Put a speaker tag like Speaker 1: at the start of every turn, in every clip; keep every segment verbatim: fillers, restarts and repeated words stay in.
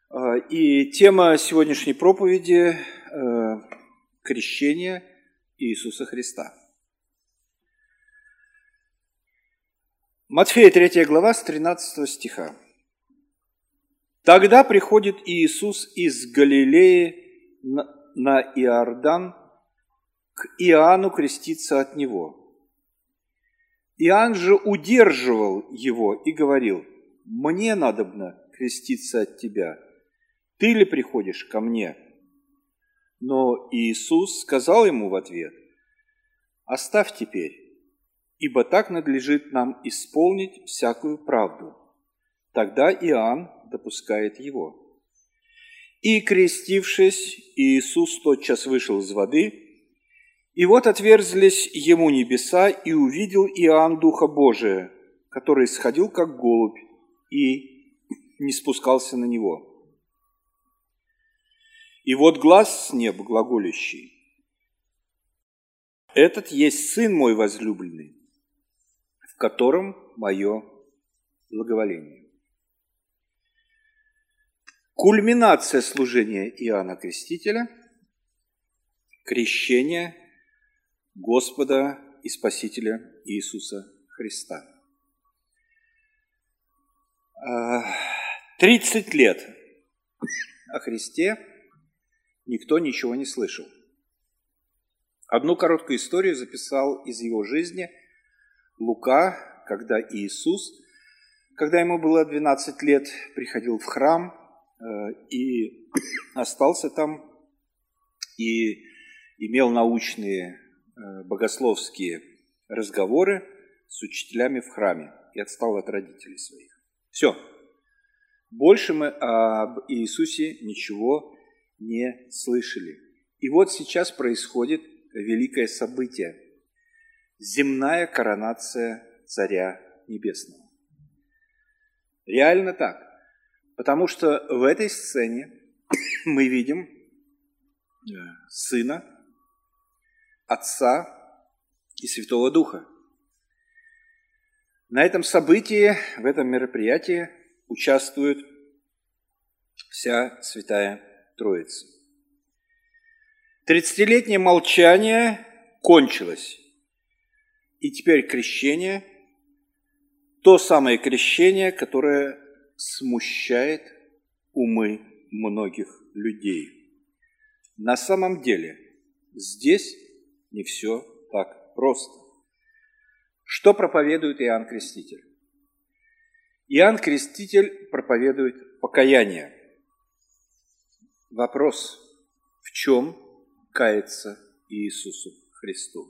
Speaker 1: И тема сегодняшней проповеди – крещение Иисуса Христа. Матфея третья глава с тринадцатого стиха. «Тогда приходит Иисус из Галилеи на Иордан к Иоанну креститься от него. Иоанн же удерживал его и говорил: „Мне надобно креститься от тебя, ты ли приходишь ко мне?“ Но Иисус сказал ему в ответ: „Оставь теперь, ибо так надлежит нам исполнить всякую правду“. Тогда Иоанн допускает его. И, крестившись, Иисус тотчас вышел из воды, и вот отверзлись ему небеса, и увидел Иоанн Духа Божия, который сходил как голубь и не спускался на него. И вот глас с неба глаголющий: „Этот есть Сын мой возлюбленный, в котором мое благоволение“». Кульминация служения Иоанна Крестителя – крещение Господа и Спасителя Иисуса Христа. Тридцать лет о Христе никто ничего не слышал. Одну короткую историю записал из его жизни Лука, когда Иисус, когда ему было двенадцать лет, приходил в храм и остался там, и имел научные богословские разговоры с учителями в храме и отстал от родителей своих. Все. Больше мы об Иисусе ничего не слышали. И вот сейчас происходит великое событие – земная коронация Царя Небесного. Реально так. Потому что в этой сцене мы видим Сына, Отца и Святого Духа. На этом событии, в этом мероприятии участвует вся Святая Троица. Тридцатилетнее молчание кончилось. И теперь крещение, то самое крещение, которое смущает умы многих людей. На самом деле здесь не все так просто. Что проповедует Иоанн Креститель? Иоанн Креститель проповедует покаяние. Вопрос: в чем каяться Иисусу Христу?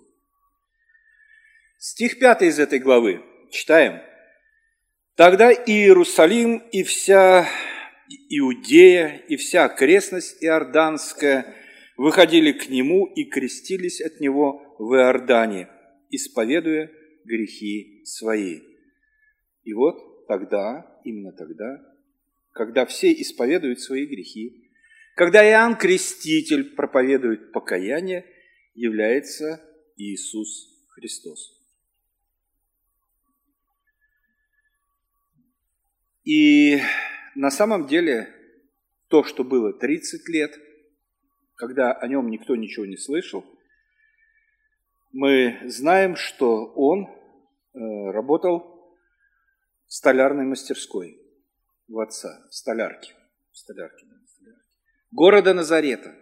Speaker 1: Стих пятый из этой главы читаем. «Тогда и Иерусалим, и вся Иудея, и вся окрестность иорданская выходили к нему и крестились от него в Иордане, исповедуя грехи свои». И вот тогда, именно тогда, когда все исповедуют свои грехи, когда Иоанн Креститель проповедует покаяние, является Иисус Христос. И на самом деле то, что было тридцать лет, когда о нем никто ничего не слышал, мы знаем, что он работал в столярной мастерской у отца, в столярке, в столярке, да, в столярке. Города Назарета.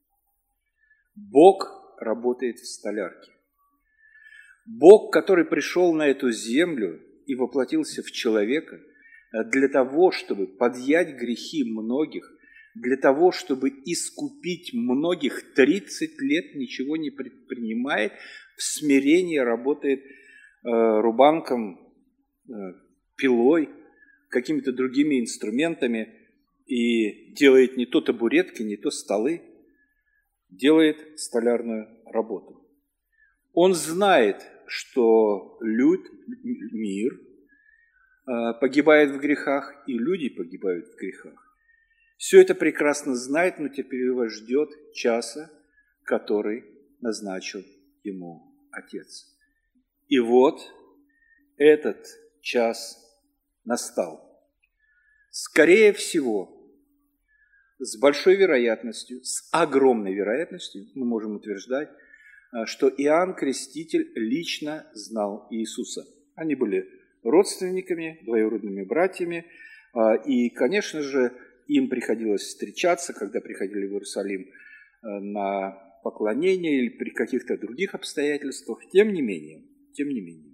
Speaker 1: Бог работает в столярке. Бог, который пришел на эту землю и воплотился в человека для того, чтобы подъять грехи многих, для того, чтобы искупить многих, тридцать лет ничего не предпринимает, в смирении работает э, рубанком, э, пилой, какими-то другими инструментами и делает не то табуретки, не то столы, делает столярную работу. Он знает, что люд, мир погибает в грехах, и люди погибают в грехах. Все это прекрасно знает, но теперь его ждет часа, который назначил ему Отец. И вот этот час настал. Скорее всего, с большой вероятностью, с огромной вероятностью мы можем утверждать, что Иоанн Креститель лично знал Иисуса. Они были родственниками, двоюродными братьями, и, конечно же, им приходилось встречаться, когда приходили в Иерусалим на поклонение или при каких-то других обстоятельствах. Тем не менее, тем не менее.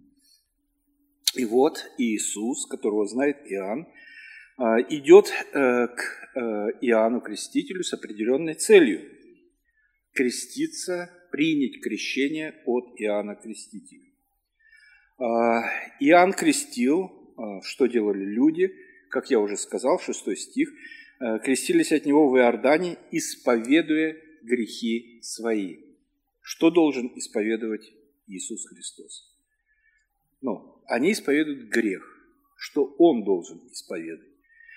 Speaker 1: И вот Иисус, которого знает Иоанн, идет к Иоанну Крестителю с определенной целью – креститься, принять крещение от Иоанна Крестителя. Иоанн крестил, что делали люди, как я уже сказал, шестой стих, крестились от него в Иордане, исповедуя грехи свои. Что должен исповедовать Иисус Христос? Ну, они исповедуют грех. Что Он должен исповедовать?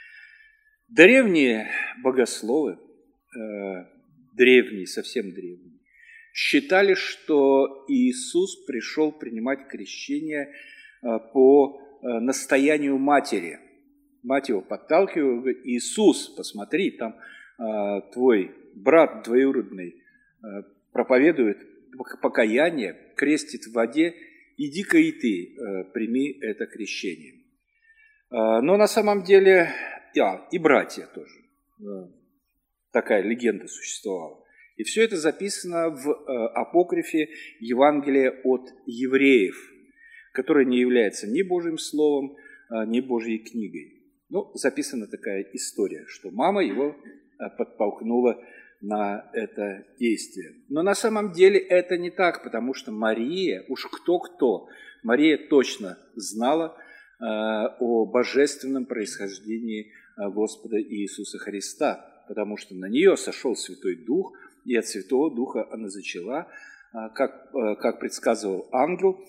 Speaker 1: Древние богословы, э, древние, совсем древние, считали, что Иисус пришел принимать крещение э, по э, настоянию матери. Мать его подталкивала, говорит: Иисус, посмотри, там э, твой брат двоюродный э, проповедует покаяние, крестит в воде, иди-ка и ты э, прими это крещение. Э, но на самом деле, а, и братья тоже, э, такая легенда существовала. И все это записано в э, апокрифе Евангелия от евреев, которое не является ни Божьим Словом, э, ни Божьей книгой. Ну, записана такая история, что мама его подтолкнула на это действие. Но на самом деле это не так, потому что Мария, уж кто-кто, Мария точно знала э, о божественном происхождении Господа Иисуса Христа, потому что на нее сошел Святой Дух, и от Святого Духа она зачала, э, как, э, как предсказывал ангел,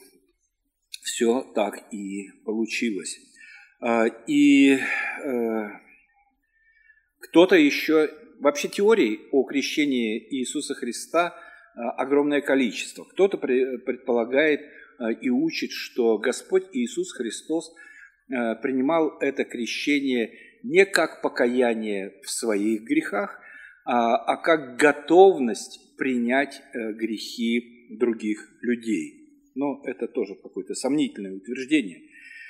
Speaker 1: все так и получилось. И э, кто-то еще... Вообще теорий о крещении Иисуса Христа огромное количество. Кто-то предполагает и учит, что Господь Иисус Христос принимал это крещение не как покаяние в своих грехах, а как готовность принять грехи других людей. Но это тоже какое-то сомнительное утверждение.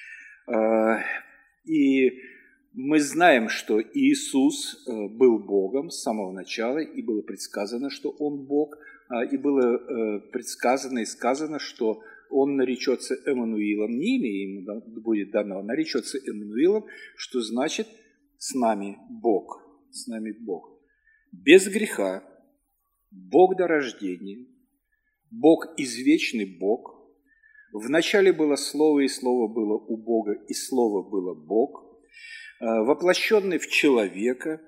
Speaker 1: И мы знаем, что Иисус был Богом с самого начала, и было предсказано, что Он Бог, и было предсказано и сказано, что Он наречется Эммануилом, не имя Ему будет дано, наречется Эммануилом, что значит «с нами Бог», «с нами Бог». Без греха, Бог до рождения, Бог извечный Бог. Вначале было Слово, и Слово было у Бога, и Слово было Бог, воплощенный в человека,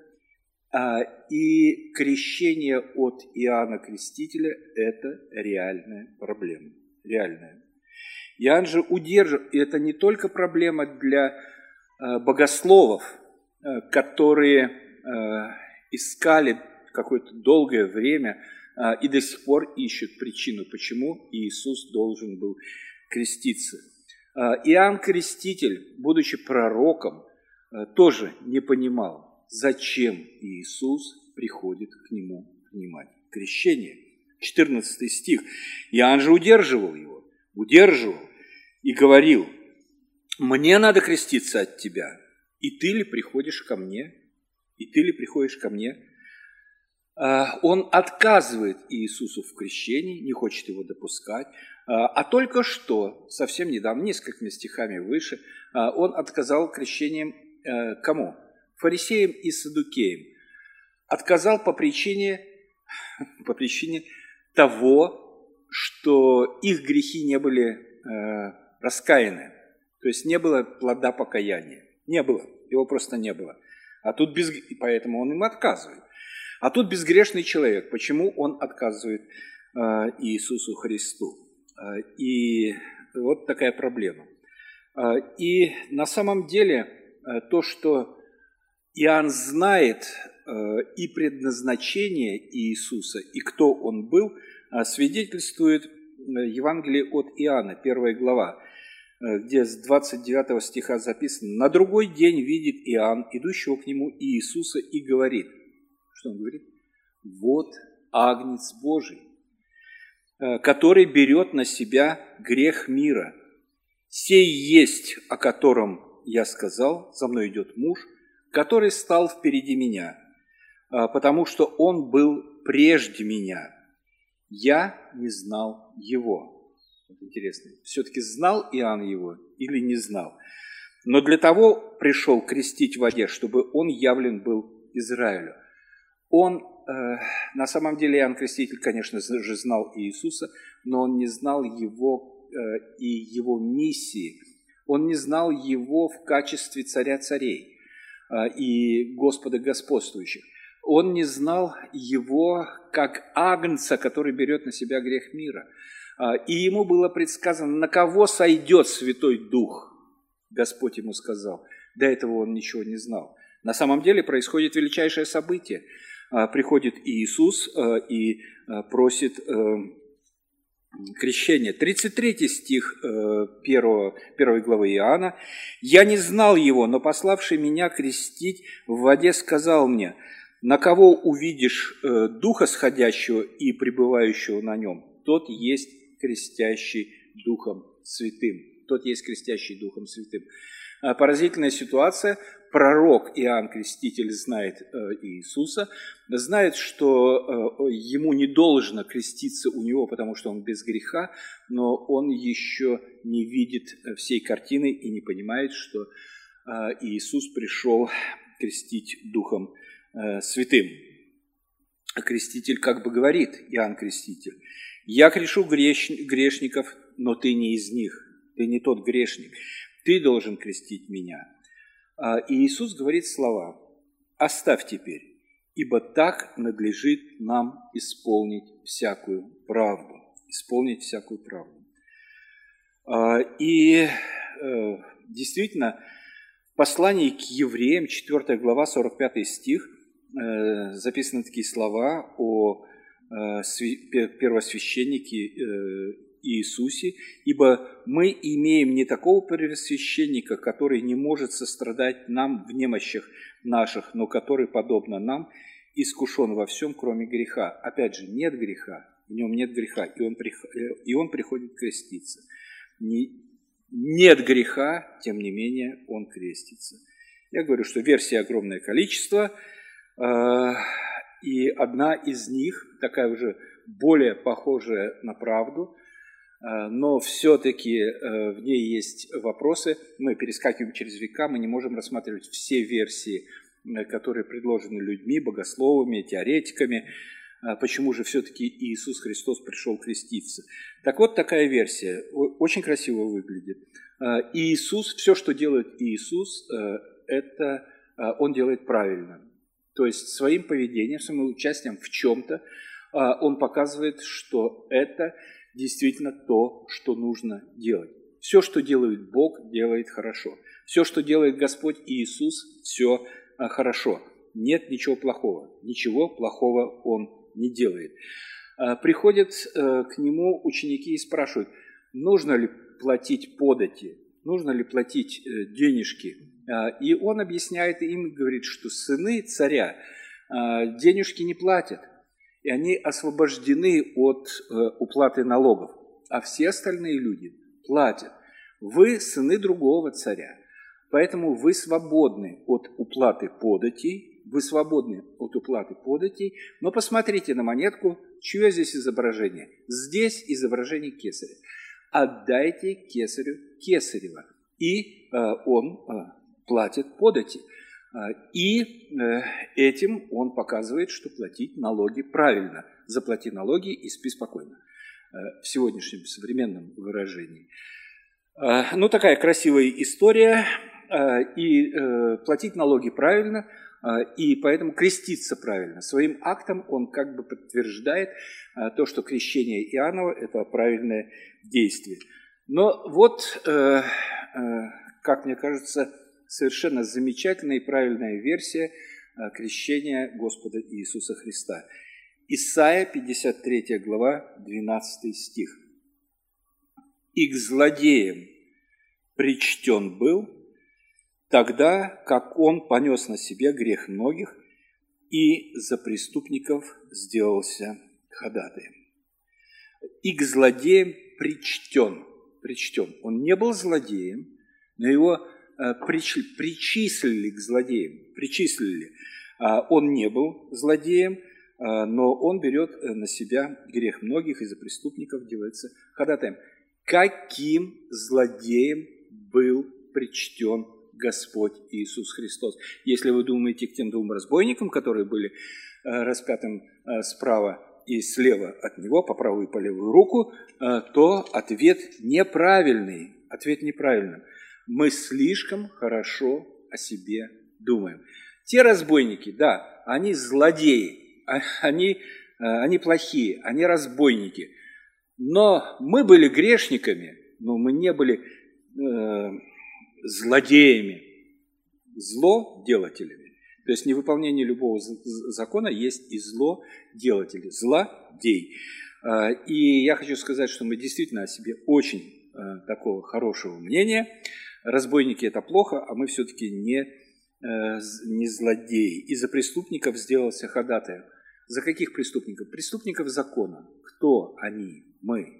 Speaker 1: и крещение от Иоанна Крестителя – это реальная проблема, реальная. Иоанн же удерживает, и это не только проблема для богословов, которые искали какое-то долгое время и до сих пор ищут причину, почему Иисус должен был креститься. Иоанн Креститель, будучи пророком, тоже не понимал, зачем Иисус приходит к нему принимать крещение. четырнадцатый стих. Иоанн же удерживал его, удерживал и говорил: «Мне надо креститься от тебя, и ты ли приходишь ко мне? И ты ли приходишь ко мне?» Он отказывает Иисусу в крещении, не хочет его допускать, а только что, совсем недавно, несколькими стихами выше, он отказал крещением кому? Фарисеям и саддукеям. Отказал по причине, по причине того, что их грехи не были э, раскаяны. То есть не было плода покаяния. Не было. Его просто не было. А тут без... И поэтому он им отказывает. А тут безгрешный человек. Почему он отказывает э, Иисусу Христу? Э, и вот такая проблема. Э, и на самом деле... То, что Иоанн знает и предназначение Иисуса, и кто Он был, свидетельствует Евангелие от Иоанна, первая глава, где с двадцать девятого стиха записано: «На другой день видит Иоанн, идущего к нему Иисуса, и говорит: Что он говорит? Вот Агнец Божий, который берет на себя грех мира. Сей есть, о котором я сказал, за мной идет муж, который стал впереди меня, потому что он был прежде меня. Я не знал его. Вот интересно, все-таки знал Иоанн его или не знал? Но для того пришел крестить в воде, чтобы он явлен был Израилю. Он, э, на самом деле, Иоанн Креститель, конечно же, знал Иисуса, но он не знал его э, и его миссии. Он не знал его в качестве царя царей э, и Господа господствующих. Он не знал его как агнца, который берет на себя грех мира. Э, и ему было предсказано, на кого сойдет Святой Дух. Господь ему сказал. До этого он ничего не знал. На самом деле происходит величайшее событие. Приходит Иисус и просит крещения. тридцать третий стих первой, первой главы Иоанна. «Я не знал его, но пославший меня крестить в воде сказал мне, на кого увидишь Духа сходящего и пребывающего на нем, тот есть крестящий Духом Святым». Тот есть крестящий Духом Святым. Поразительная ситуация. Пророк Иоанн Креститель знает Иисуса, знает, что ему не должно креститься у него, потому что он без греха, но он еще не видит всей картины и не понимает, что Иисус пришел крестить Духом Святым. Креститель как бы говорит, Иоанн Креститель, «Я крешу грешников, но ты не из них, ты не тот грешник, ты должен крестить меня». И Иисус говорит слова: «Оставь теперь, ибо так надлежит нам исполнить всякую правду». Исполнить всякую правду. И действительно, в послании к евреям, четвёртая глава, сорок пятый стих, записаны такие слова о первосвященнике Иисусе, ибо мы имеем не такого первосвященника, который не может сострадать нам в немощах наших, но который, подобно нам, искушен во всем, кроме греха. Опять же, нет греха, в нем нет греха, и он, и он приходит креститься. Нет греха, тем не менее, он крестится. Я говорю, что версий огромное количество, и одна из них, такая уже более похожая на правду, но все-таки в ней есть вопросы. Мы перескакиваем через века, мы не можем рассматривать все версии, которые предложены людьми, богословами, теоретиками. Почему же все-таки Иисус Христос пришел креститься? Так вот, такая версия. Очень красиво выглядит. Иисус, все, что делает Иисус, это Он делает правильно. То есть своим поведением, своим участием в чем-то Он показывает, что это действительно то, что нужно делать. Все, что делает Бог, делает хорошо. Все, что делает Господь Иисус, все хорошо. Нет ничего плохого. Ничего плохого Он не делает. Приходят к Нему ученики и спрашивают, нужно ли платить подати, нужно ли платить денежки. И Он объясняет им и говорит, что сыны царя денежки не платят. И они освобождены от э, уплаты налогов, а все остальные люди платят. Вы сыны другого царя, поэтому вы свободны от уплаты податей, вы свободны от уплаты податей, но посмотрите на монетку, чье здесь изображение? Здесь изображение кесаря. Отдайте кесарю кесарева, и э, он э, платит подати. И этим он показывает, что платить налоги правильно. Заплати налоги и спи спокойно. В сегодняшнем современном выражении. Ну, такая красивая история. И платить налоги правильно, и поэтому креститься правильно. Своим актом он как бы подтверждает то, что крещение Иоаннова – это правильное действие. Но вот, как мне кажется, совершенно замечательная и правильная версия крещения Господа Иисуса Христа. Исайя, пятьдесят третья глава, двенадцатый стих. «И к злодеям причтен был, тогда, как он понес на себе грех многих и за преступников сделался ходатаем. И к злодеям причтен. причтен. Он не был злодеем, но его э, прич, причислили к злодеям. Причислили. А он не был злодеем, а, но он берет на себя грех многих и за преступников делается ходатаем. Каким злодеем был причтен Господь Иисус Христос? Если вы думаете к тем двум разбойникам, которые были э, распятым э, справа и слева от него, по правую и по левую руку, то ответ неправильный. Ответ неправильный. Мы слишком хорошо о себе думаем. Те разбойники, да, они злодеи, они, они плохие, они разбойники. Но мы были грешниками, но мы не были э, злодеями, злоделателями. То есть невыполнение любого закона есть и злоделатель, злодей. И я хочу сказать, что мы действительно о себе очень такого хорошего мнения. Разбойники – это плохо, а мы все-таки не, не злодеи. И за преступников сделался ходатаем. За каких преступников? Преступников закона. Кто они? Мы.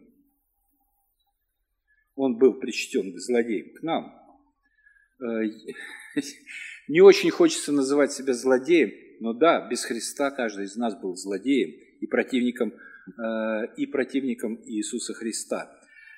Speaker 1: Он был причтен к злодеям, к нам. Не очень хочется называть себя злодеем, но да, без Христа каждый из нас был злодеем и противником, и противником Иисуса Христа.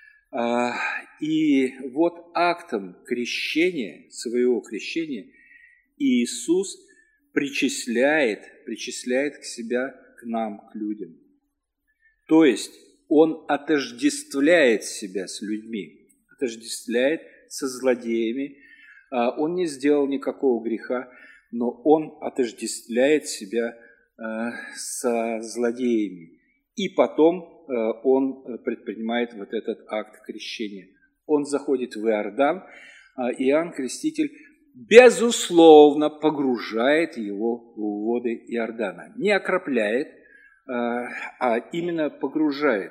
Speaker 1: И вот актом крещения, своего крещения, Иисус причисляет, причисляет к себя, к нам, к людям. То есть Он отождествляет себя с людьми, отождествляет со злодеями. Он не сделал никакого греха, но он отождествляет себя со злодеями. И потом он предпринимает вот этот акт крещения. Он заходит в Иордан, а Иоанн Креститель безусловно погружает его в воды Иордана. Не окропляет, а именно погружает.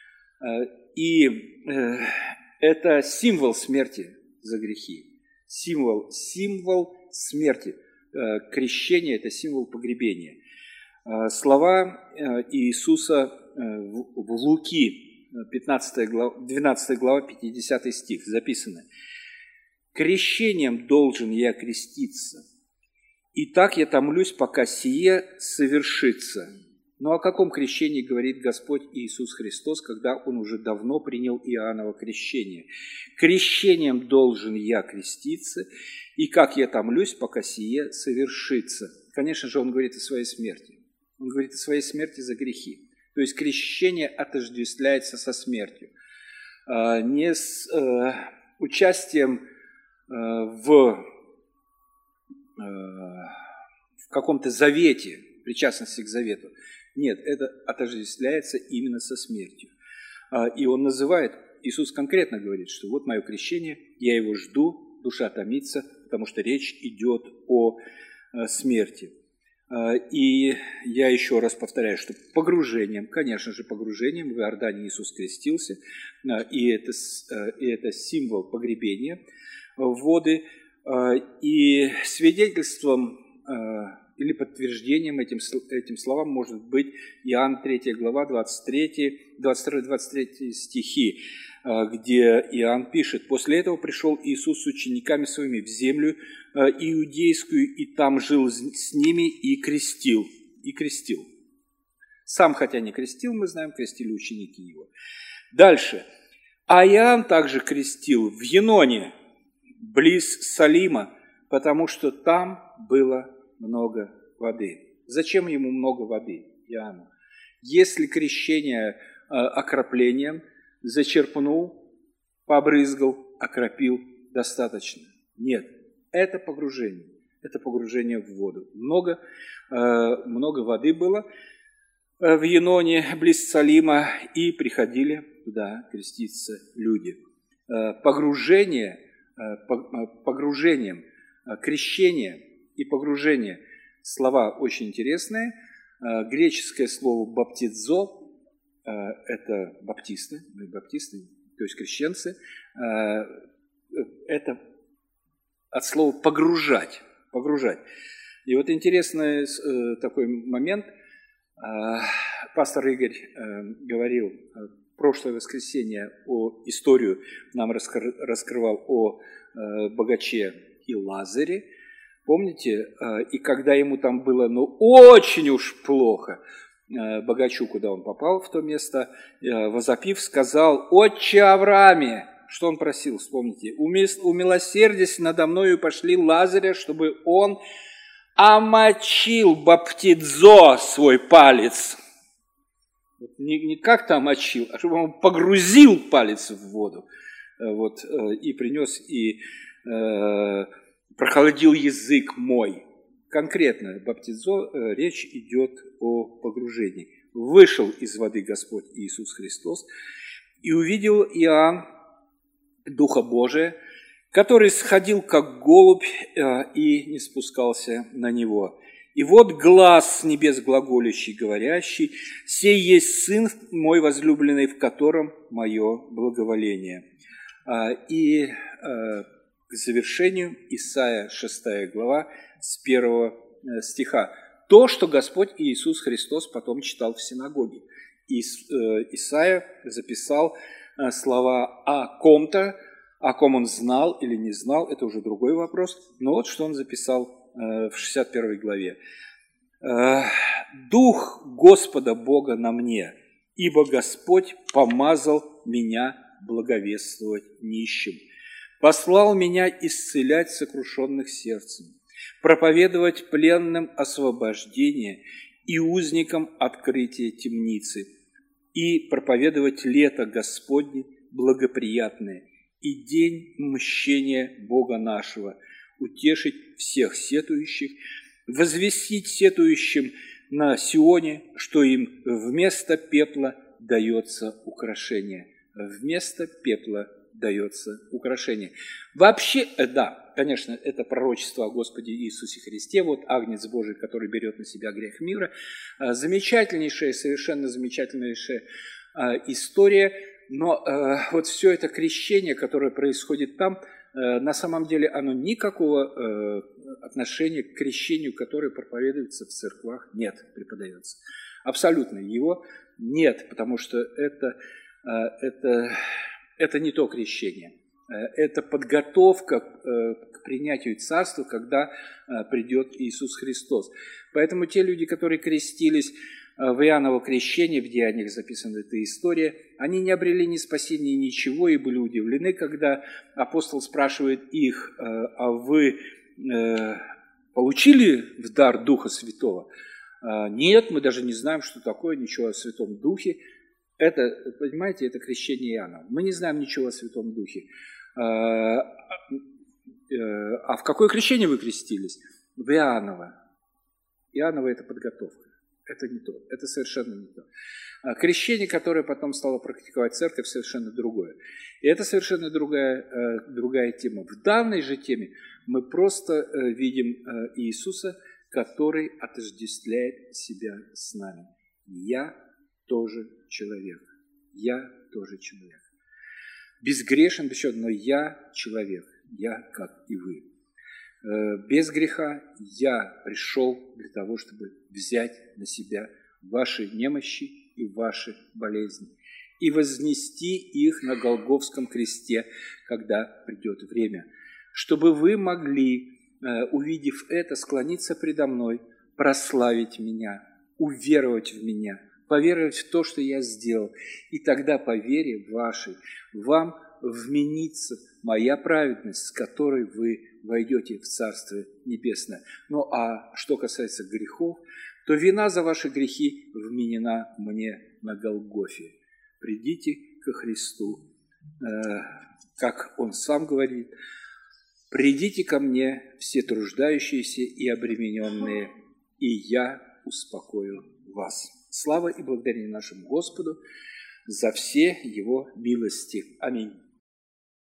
Speaker 1: И это символ смерти за грехи. Символ, символ смерти. Крещение – это символ погребения. Слова Иисуса в Луки, пятнадцатая глава, двенадцатая глава, пятидесятый стих записано. «Крещением должен я креститься, и так я томлюсь, пока сие совершится». Но о каком крещении говорит Господь Иисус Христос, когда Он уже давно принял Иоанново крещение? «Крещением должен я креститься, и как я томлюсь, пока сие совершится». Конечно же, Он говорит о своей смерти. Он говорит о своей смерти за грехи. То есть крещение отождествляется со смертью. Не с участием в, в каком-то завете, причастности к завету. Нет, это отождествляется именно со смертью. И он называет, Иисус конкретно говорит, что вот мое крещение, я его жду, душа томится, потому что речь идет о смерти. И я еще раз повторяю, что погружением, конечно же, погружением в Иордане Иисус крестился, и это, и это символ погребения в воды, и свидетельством или подтверждением этим, этим словам может быть Иоанн третья глава, двадцать третий, двадцать второй двадцать третий стихи, где Иоанн пишет: «После этого пришел Иисус с учениками своими в землю иудейскую, и там жил с ними и крестил». И крестил. Сам, хотя не крестил, мы знаем, крестили ученики его. Дальше. «А Иоанн также крестил в Еноне, близ Салима, потому что там было много воды». Зачем ему много воды, Иоанну? Если крещение э, окроплением, зачерпнул, побрызгал, окропил, достаточно. Нет, это погружение. Это погружение в воду. Много, э, много воды было в Еноне, близ Салима, и приходили туда креститься люди. Э, погружение, э, погружением, э, крещение и погружение. Слова очень интересные. Греческое слово «баптизо» – это баптисты, мы баптисты, то есть крещенцы. Это от слова «погружать». погружать. И вот интересный э, такой момент. Э, пастор Игорь э, говорил в прошлое воскресенье о историю, нам раскр, раскрывал о э, богаче и Лазаре. Помните? Э, и когда ему там было ну очень уж плохо, э, богачу, куда он попал в то место, э, возопив, сказал: «Отче Аврааме!» Что он просил, вспомните. «Умилосердись надо мною, пошли Лазаря, чтобы он омочил баптизо свой палец». Не, не как-то омочил, а чтобы он погрузил палец в воду. Вот, и принес, и э, прохладил язык мой. Конкретно баптизо, речь идет о погружении. Вышел из воды Господь Иисус Христос, и увидел Иоанн Духа Божия, который сходил как голубь и не спускался на него. И вот глас с небес глаголющий, говорящий: «Сей есть Сын мой возлюбленный, в котором мое благоволение». И к завершению Исайя шестая глава с первого стиха. То, что Господь Иисус Христос потом читал в синагоге. Исайя записал слова о ком-то, о ком он знал или не знал, это уже другой вопрос. Но вот что он записал в шестьдесят первой главе. «Дух Господа Бога на мне, ибо Господь помазал меня благовествовать нищим, послал меня исцелять сокрушенных сердцем, проповедовать пленным освобождение и узникам открытие темницы, и проповедовать лето Господне благоприятное, и день мщения Бога нашего, утешить всех сетующих, возвестить сетующим на Сионе, что им вместо пепла дается украшение». Вместо пепла дается украшение. Вообще, да, конечно, это пророчество о Господе Иисусе Христе, вот Агнец Божий, который берет на себя грех мира. Замечательнейшая, совершенно замечательнейшая история, но вот все это крещение, которое происходит там, на самом деле оно никакого отношения к крещению, которое проповедуется в церквах, нет, преподается. Абсолютно его нет, потому что это, это, это не то крещение. Это подготовка к принятию Царства, когда придет Иисус Христос. Поэтому те люди, которые крестились в Иоанново крещение, в Деяниях записана эта история, они не обрели ни спасения, ничего, и были удивлены, когда апостол спрашивает их: а вы получили в дар Духа Святого? Нет, мы даже не знаем, что такое, ничего о Святом Духе. Это, понимаете, это крещение Иоанна. Мы не знаем ничего о Святом Духе. А в какое крещение вы крестились? В Иоанново. Иоанново – это подготовка. Это не то, это совершенно не то. Крещение, которое потом стало практиковать церковь, совершенно другое. И это совершенно другая, другая тема. В данной же теме мы просто видим Иисуса, который отождествляет себя с нами. Я тоже человек. Я тоже человек. Безгрешен, но я человек. Я, как и вы. Без греха я пришел для того, чтобы взять на себя ваши немощи и ваши болезни и вознести их на Голгофском кресте, когда придет время, чтобы вы могли, увидев это, склониться предо мной, прославить меня, уверовать в меня, поверовать в то, что я сделал, и тогда по вере вашей вам вменится моя праведность, с которой вы войдете в Царство Небесное. Ну а что касается грехов, то вина за ваши грехи вменена мне на Голгофе. Придите ко Христу, как Он сам говорит: «Придите ко мне, все труждающиеся и обремененные, и я успокою вас». Слава и благодарение нашему Господу за все Его милости. Аминь.